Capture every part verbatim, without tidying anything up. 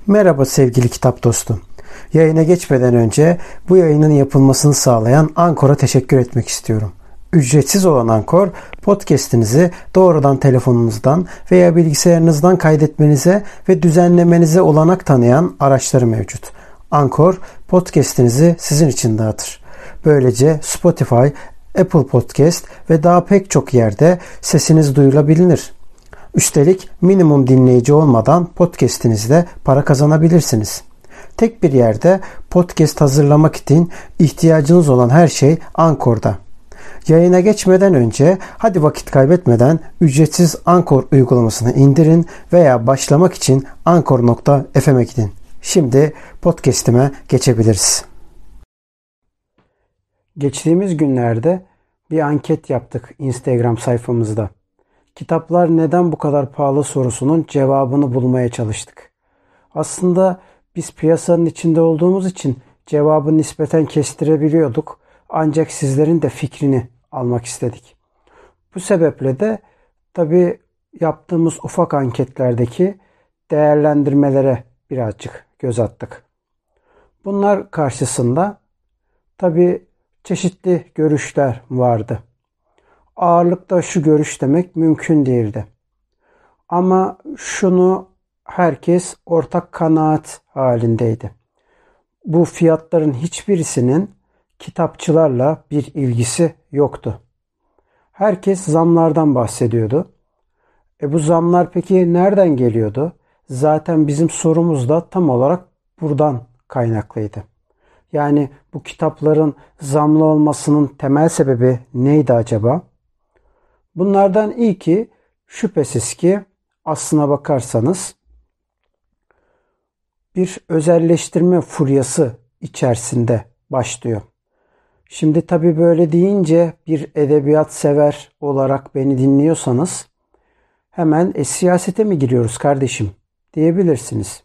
Merhaba sevgili kitap dostum. Yayına geçmeden önce bu yayının yapılmasını sağlayan Ankor'a teşekkür etmek istiyorum. Ücretsiz olan Ankor, podcast'inizi doğrudan telefonunuzdan veya bilgisayarınızdan kaydetmenize ve düzenlemenize olanak tanıyan araçları mevcut. Ankor, podcast'inizi sizin için dağıtır. Böylece Spotify, Apple Podcast ve daha pek çok yerde sesiniz duyulabilir. Üstelik minimum dinleyici olmadan podcast'inizde para kazanabilirsiniz. Tek bir yerde podcast hazırlamak için ihtiyacınız olan her şey Ankor'da. Yayına geçmeden önce hadi vakit kaybetmeden ücretsiz Ankor uygulamasını indirin veya başlamak için ankor nokta f m'e gidin. Şimdi podcast'ime geçebiliriz. Geçtiğimiz günlerde bir anket yaptık Instagram sayfamızda. Kitaplar neden bu kadar pahalı sorusunun cevabını bulmaya çalıştık. Aslında biz piyasanın içinde olduğumuz için cevabı nispeten kestirebiliyorduk. Ancak sizlerin de fikrini almak istedik. Bu sebeple de tabii yaptığımız ufak anketlerdeki değerlendirmelere birazcık göz attık. Bunlar karşısında tabii çeşitli görüşler vardı. Ağırlıkta şu görüş demek mümkün değildi. Ama şunu herkes ortak kanaat halindeydi. Bu fiyatların hiçbirisinin kitapçılarla bir ilgisi yoktu. Herkes zamlardan bahsediyordu. E bu zamlar peki nereden geliyordu? Zaten bizim sorumuz da tam olarak buradan kaynaklıydı. Yani bu kitapların zamlı olmasının temel sebebi neydi acaba? Bunlardan ilki şüphesiz ki aslına bakarsanız bir özelleştirme furyası içerisinde başlıyor. Şimdi tabii böyle deyince bir edebiyat sever olarak beni dinliyorsanız hemen e, siyasete mi giriyoruz kardeşim diyebilirsiniz.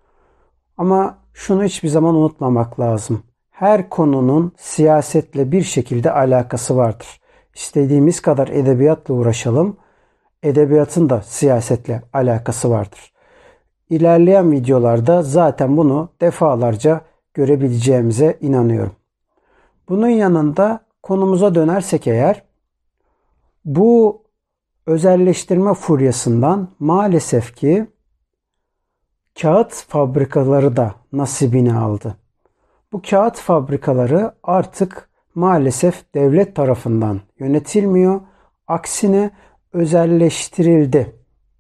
Ama şunu hiçbir zaman unutmamak lazım. Her konunun siyasetle bir şekilde alakası vardır. İstediğimiz kadar edebiyatla uğraşalım, edebiyatın da siyasetle alakası vardır. İlerleyen videolarda zaten bunu defalarca görebileceğimize inanıyorum. Bunun yanında konumuza dönersek eğer, bu özelleştirme furyasından maalesef ki kağıt fabrikaları da nasibini aldı. Bu kağıt fabrikaları artık maalesef devlet tarafından yönetilmiyor. Aksine özelleştirildi.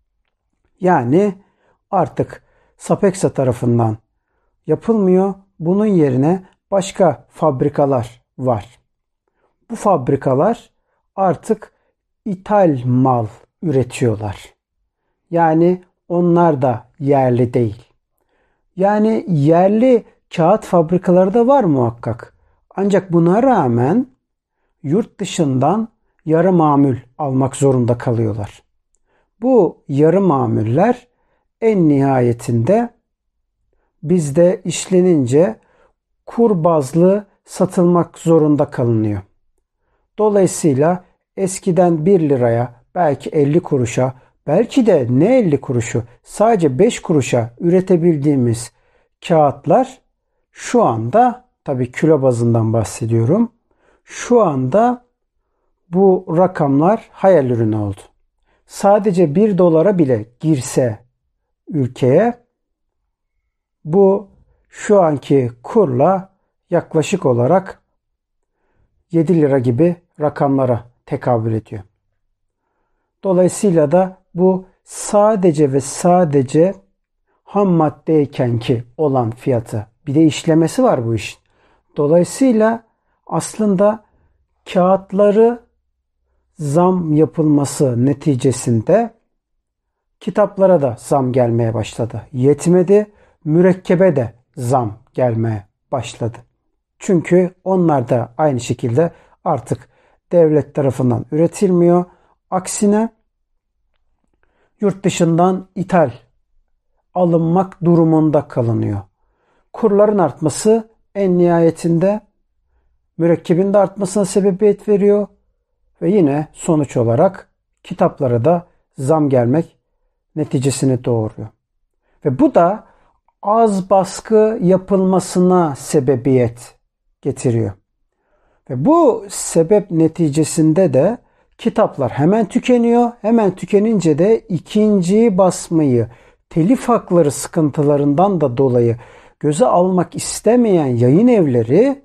Yani artık Sapeksa tarafından yapılmıyor. Bunun yerine başka fabrikalar var. Bu fabrikalar artık ithal mal üretiyorlar. Yani onlar da yerli değil. Yani yerli kağıt fabrikaları da var muhakkak. Ancak buna rağmen yurt dışından yarı mamul almak zorunda kalıyorlar. Bu yarı mamuller en nihayetinde bizde işlenince kur bazlı satılmak zorunda kalınıyor. Dolayısıyla eskiden bir liraya, belki elli kuruşa, belki de ne elli kuruşu, sadece beş kuruşa üretebildiğimiz kağıtlar şu anda, tabii kilo bazından bahsediyorum, şu anda bu rakamlar hayal ürünü oldu. Sadece bir dolara bile girse ülkeye, bu şu anki kurla yaklaşık olarak yedi lira gibi rakamlara tekabül ediyor. Dolayısıyla da bu sadece ve sadece ham maddeyken ki olan fiyatı. Bir de işlemesi var bu işin. Dolayısıyla aslında kağıtları zam yapılması neticesinde kitaplara da zam gelmeye başladı. Yetmedi, mürekkebe de zam gelmeye başladı. Çünkü onlar da aynı şekilde artık devlet tarafından üretilmiyor. Aksine yurt dışından ithal alınmak durumunda kalınıyor. Kurların artması en nihayetinde mürekkebin de artmasına sebebiyet veriyor ve yine sonuç olarak kitaplara da zam gelmek neticesini doğuruyor. Ve bu da az baskı yapılmasına sebebiyet getiriyor. Ve bu sebep neticesinde de kitaplar hemen tükeniyor. Hemen tükenince de ikinci basmayı telif hakları sıkıntılarından da dolayı göze almak istemeyen yayın evleri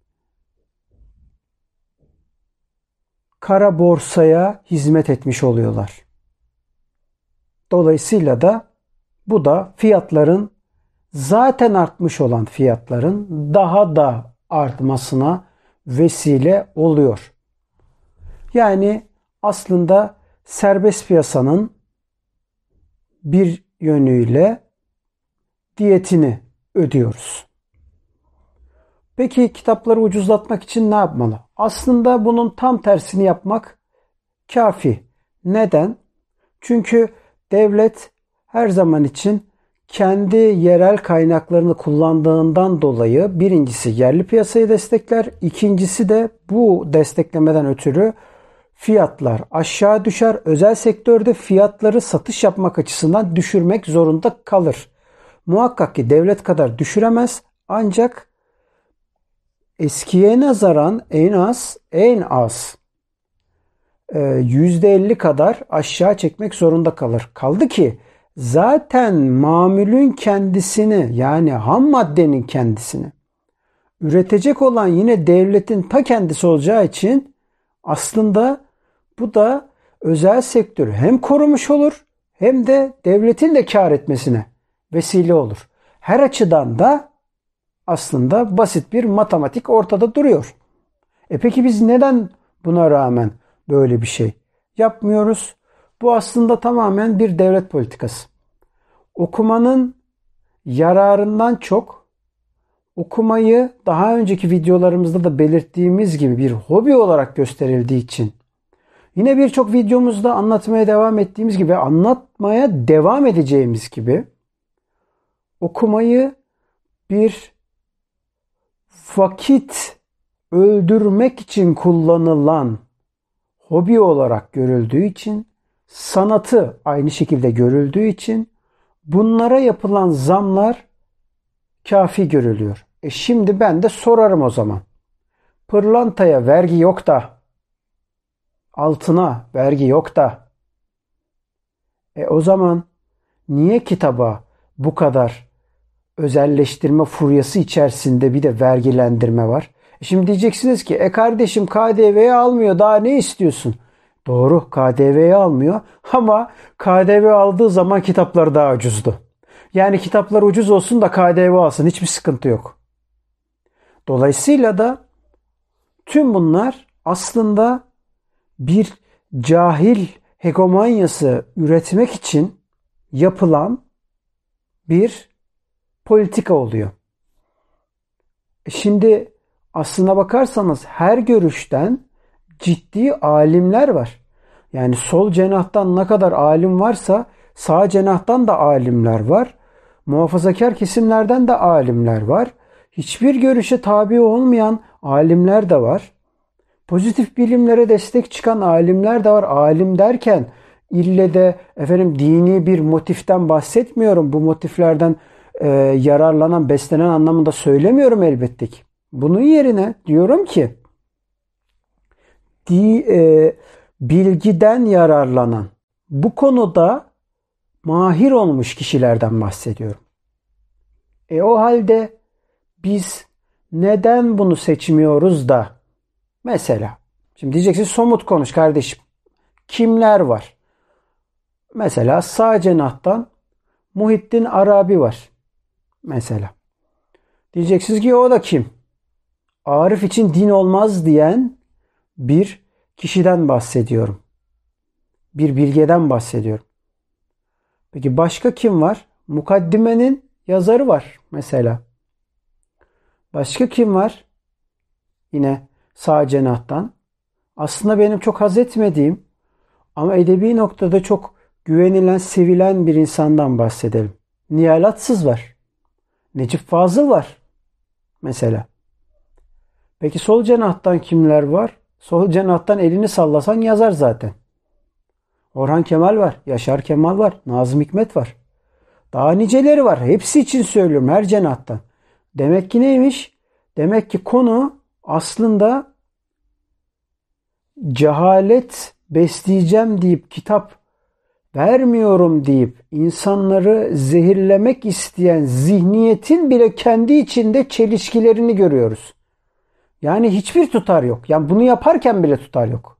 kara borsaya hizmet etmiş oluyorlar. Dolayısıyla da bu da fiyatların zaten artmış olan fiyatların daha da artmasına vesile oluyor. Yani aslında serbest piyasanın bir yönüyle diyetini ödüyoruz. Peki kitapları ucuzlatmak için ne yapmalı? Aslında bunun tam tersini yapmak kafi. Neden? Çünkü devlet her zaman için kendi yerel kaynaklarını kullandığından dolayı birincisi yerli piyasayı destekler, ikincisi de bu desteklemeden ötürü fiyatlar aşağı düşer. Özel sektörde fiyatları satış yapmak açısından düşürmek zorunda kalır. Muhakkak ki devlet kadar düşüremez, ancak eskiye nazaran en az en az yüzde elli kadar aşağı çekmek zorunda kalır. Kaldı ki zaten mamulün kendisini, yani ham maddenin kendisini üretecek olan yine devletin ta kendisi olacağı için aslında bu da özel sektörü hem korumuş olur hem de devletin de kar etmesine vesile olur. Her açıdan da aslında basit bir matematik ortada duruyor. E peki biz neden buna rağmen böyle bir şey yapmıyoruz? Bu aslında tamamen bir devlet politikası. Okumanın yararından çok okumayı daha önceki videolarımızda da belirttiğimiz gibi bir hobi olarak gösterildiği için, yine birçok videomuzda anlatmaya devam ettiğimiz gibi, anlatmaya devam edeceğimiz gibi okumayı bir vakit öldürmek için kullanılan hobi olarak görüldüğü için, sanatı aynı şekilde görüldüğü için bunlara yapılan zamlar kafi görülüyor. E şimdi ben de sorarım o zaman. Pırlantaya vergi yok da, altına vergi yok da, e o zaman niye kitaba bu kadar özelleştirme furyası içerisinde bir de vergilendirme var? E şimdi diyeceksiniz ki e kardeşim K D V'yi almıyor, daha ne istiyorsun? Doğru, K D V'yi almıyor ama K D V aldığı zaman kitaplar daha ucuzdu. Yani kitaplar ucuz olsun da K D V alsın, hiçbir sıkıntı yok. Dolayısıyla da tüm bunlar aslında bir cahil hegemonyası üretmek için yapılan bir politika oluyor. Şimdi aslına bakarsanız her görüşten ciddi alimler var. Yani sol cenahtan ne kadar alim varsa sağ cenahtan da alimler var. Muhafazakar kesimlerden de alimler var. Hiçbir görüşe tabi olmayan alimler de var. Pozitif bilimlere destek çıkan alimler de var. Alim derken ille de efendim dini bir motiften bahsetmiyorum. Bu motiflerden e, yararlanan, beslenen anlamında söylemiyorum elbette ki. Bunun yerine diyorum ki di, e, bilgiden yararlanan, bu konuda mahir olmuş kişilerden bahsediyorum. E o halde biz neden bunu seçmiyoruz da mesela, şimdi diyeceksiniz somut konuş kardeşim. Kimler var? Mesela sağ cenahtan Muhittin Arabi var. Mesela. Diyeceksiniz ki o da kim? Arif için din olmaz diyen bir kişiden bahsediyorum. Bir bilgeden bahsediyorum. Peki başka kim var? Mukaddimenin yazarı var mesela. Başka kim var? Yine sağ cenahtan. Aslında benim çok haz etmediğim ama edebi noktada çok güvenilen, sevilen bir insandan bahsedelim. Nihal Atsız var. Necip Fazıl var. Mesela. Peki sol cenahtan kimler var? Sol cenahtan elini sallasan yazar zaten. Orhan Kemal var. Yaşar Kemal var. Nazım Hikmet var. Daha niceleri var. Hepsi için söylüyorum, her cenahtan. Demek ki neymiş? Demek ki konu aslında cehalet besleyeceğim deyip kitap vermiyorum deyip insanları zehirlemek isteyen zihniyetin bile kendi içinde çelişkilerini görüyoruz. Yani hiçbir tutar yok. Yani bunu yaparken bile tutar yok.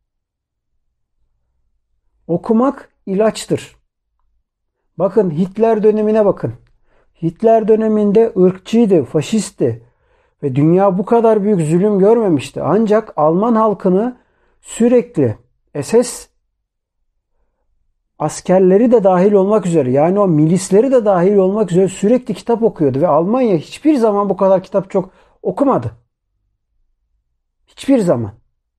Okumak ilaçtır. Bakın Hitler dönemine bakın. Hitler döneminde ırkçıydı, faşistti ve dünya bu kadar büyük zulüm görmemişti. Ancak Alman halkını sürekli S S askerleri de dahil olmak üzere, yani o milisleri de dahil olmak üzere sürekli kitap okuyordu ve Almanya hiçbir zaman bu kadar kitap çok okumadı. Hiçbir zaman.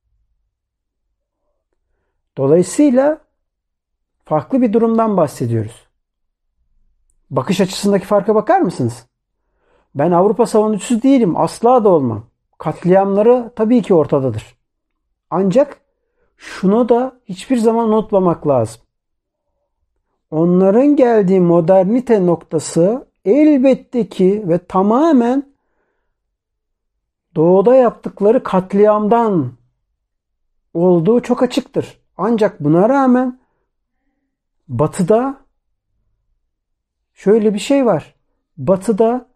Dolayısıyla farklı bir durumdan bahsediyoruz. Bakış açısındaki farka bakar mısınız? Ben Avrupa savunucusu değilim. Asla da olmam. Katliamları tabii ki ortadadır. Ancak şunu da hiçbir zaman unutmamak lazım. Onların geldiği modernite noktası elbette ki ve tamamen doğuda yaptıkları katliamdan olduğu çok açıktır. Ancak buna rağmen batıda şöyle bir şey var. Batıda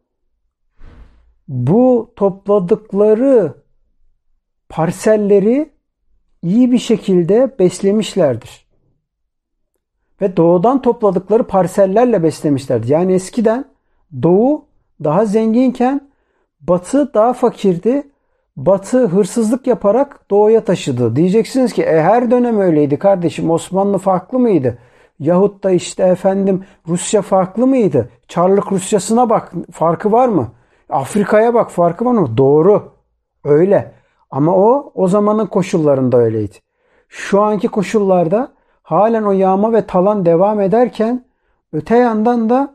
bu topladıkları parselleri iyi bir şekilde beslemişlerdir. Ve doğudan topladıkları parsellerle beslemişlerdir. Yani eskiden doğu daha zenginken batı daha fakirdi. Batı hırsızlık yaparak doğuya taşıdı. Diyeceksiniz ki e, her dönem öyleydi kardeşim. Osmanlı farklı mıydı? Yahut da işte efendim Rusya farklı mıydı? Çarlık Rusyasına bak, farkı var mı? Afrika'ya bak, farkı var mı? Doğru. Öyle. Ama o o zamanın koşullarında öyleydi. Şu anki koşullarda halen o yağma ve talan devam ederken öte yandan da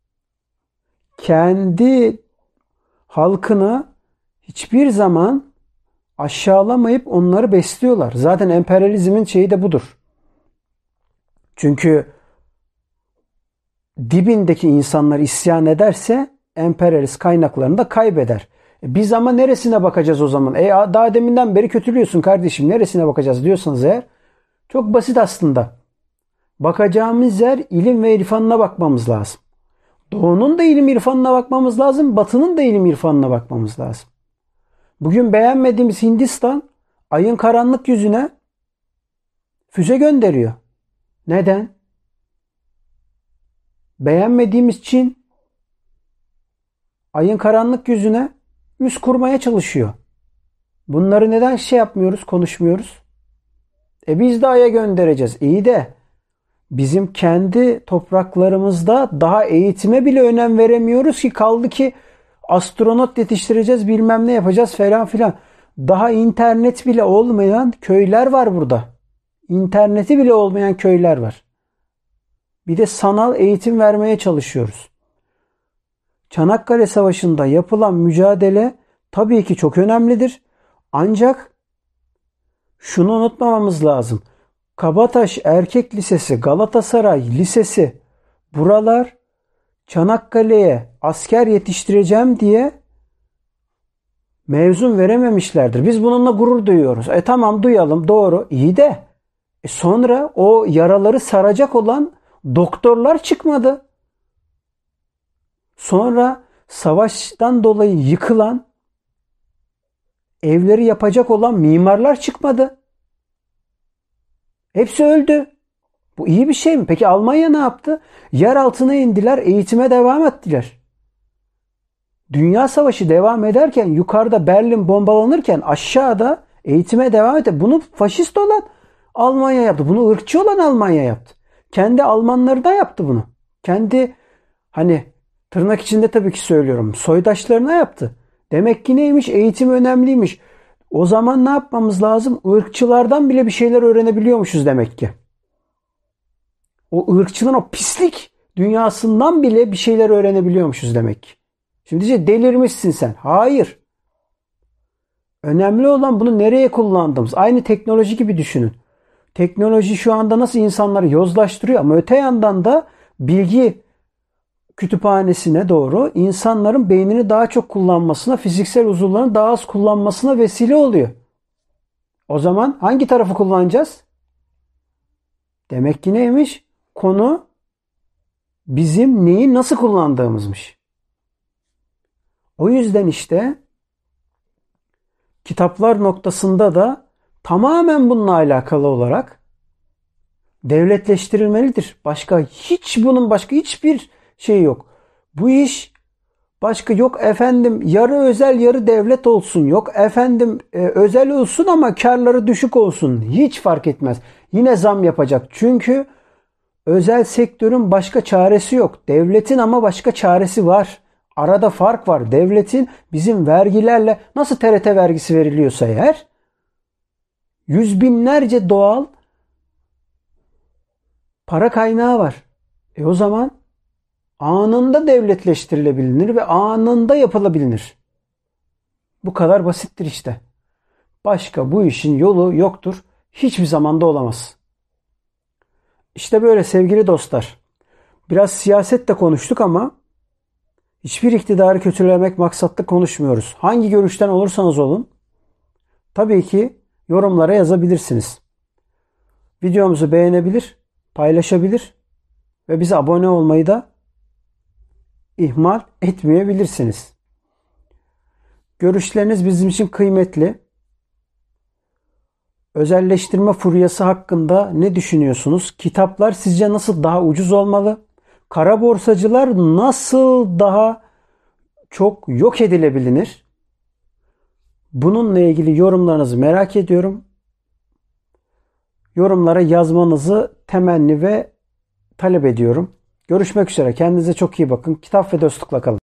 kendi halkını hiçbir zaman aşağılamayıp onları besliyorlar. Zaten emperyalizmin şeyi de budur. Çünkü dibindeki insanlar isyan ederse emperyalist kaynaklarını da kaybeder. E biz ama neresine bakacağız o zaman? E daha deminden beri kötülüyorsun kardeşim. Neresine bakacağız diyorsanız eğer çok basit aslında. Bakacağımız yer ilim ve irfanına bakmamız lazım. Doğunun da ilim irfanına bakmamız lazım. Batının da ilim irfanına bakmamız lazım. Bugün beğenmediğimiz Hindistan ayın karanlık yüzüne füze gönderiyor. Neden? Beğenmediğimiz Çin ayın karanlık yüzüne üs kurmaya çalışıyor. Bunları neden şey yapmıyoruz, konuşmuyoruz? E biz de aya göndereceğiz. İyi de bizim kendi topraklarımızda daha eğitime bile önem veremiyoruz ki, kaldı ki astronot yetiştireceğiz, bilmem ne yapacağız falan filan. Daha internet bile olmayan köyler var burada. İnterneti bile olmayan köyler var. Bir de sanal eğitim vermeye çalışıyoruz. Çanakkale Savaşı'nda yapılan mücadele tabii ki çok önemlidir. Ancak şunu unutmamamız lazım. Kabataş Erkek Lisesi, Galatasaray Lisesi, buralar Çanakkale'ye asker yetiştireceğim diye mezun verememişlerdir. Biz bununla gurur duyuyoruz. E tamam, duyalım, doğru, iyi de e sonra o yaraları saracak olan doktorlar çıkmadı. Sonra savaştan dolayı yıkılan evleri yapacak olan mimarlar çıkmadı. Hepsi öldü. Bu iyi bir şey mi? Peki Almanya ne yaptı? Yer altına indiler, eğitime devam ettiler. Dünya Savaşı devam ederken, yukarıda Berlin bombalanırken aşağıda eğitime devam etti. Bunu faşist olan Almanya yaptı. Bunu ırkçı olan Almanya yaptı. Kendi Almanları da yaptı bunu. Kendi, hani tırnak içinde tabii ki söylüyorum, soydaşlarına yaptı. Demek ki neymiş? Eğitim önemliymiş. O zaman ne yapmamız lazım? Irkçılardan bile bir şeyler öğrenebiliyormuşuz demek ki. O ırkçılığın o pislik dünyasından bile bir şeyler öğrenebiliyormuşuz demek ki. Şimdi diyecek, delirmişsin sen. Hayır. Önemli olan bunu nereye kullandığımız. Aynı teknoloji gibi düşünün. Teknoloji şu anda nasıl insanları yozlaştırıyor, ama öte yandan da bilgi kütüphanesine doğru insanların beynini daha çok kullanmasına, fiziksel uzuvlarını daha az kullanmasına vesile oluyor. O zaman hangi tarafı kullanacağız? Demek ki neymiş? Konu bizim neyi nasıl kullandığımızmış. O yüzden işte kitaplar noktasında da tamamen bununla alakalı olarak devletleştirilmelidir. Başka hiç bunun başka hiçbir şey yok. Bu iş başka yok efendim yarı özel yarı devlet olsun. Yok efendim e, özel olsun ama karları düşük olsun. Hiç fark etmez. Yine zam yapacak. Çünkü özel sektörün başka çaresi yok. Devletin ama başka çaresi var. Arada fark var. Devletin bizim vergilerle nasıl T R T vergisi veriliyorsa eğer yüz binlerce doğal para kaynağı var. E o zaman anında devletleştirilebilir ve anında yapılabilir. Bu kadar basittir işte. Başka bu işin yolu yoktur. Hiçbir zamanda olamaz. İşte böyle sevgili dostlar. Biraz siyaset de konuştuk ama hiçbir iktidarı kötülemek maksatlı konuşmuyoruz. Hangi görüşten olursanız olun, tabii ki yorumlara yazabilirsiniz. Videomuzu beğenebilir, paylaşabilir ve bize abone olmayı da ihmal etmeyebilirsiniz. Görüşleriniz bizim için kıymetli. Özelleştirme furyası hakkında ne düşünüyorsunuz? Kitaplar sizce nasıl daha ucuz olmalı? Kara borsacılar nasıl daha çok yok edilebilir? Bununla ilgili yorumlarınızı merak ediyorum. Yorumlara yazmanızı temenni ve talep ediyorum. Görüşmek üzere. Kendinize çok iyi bakın. Kitap ve dostlukla kalın.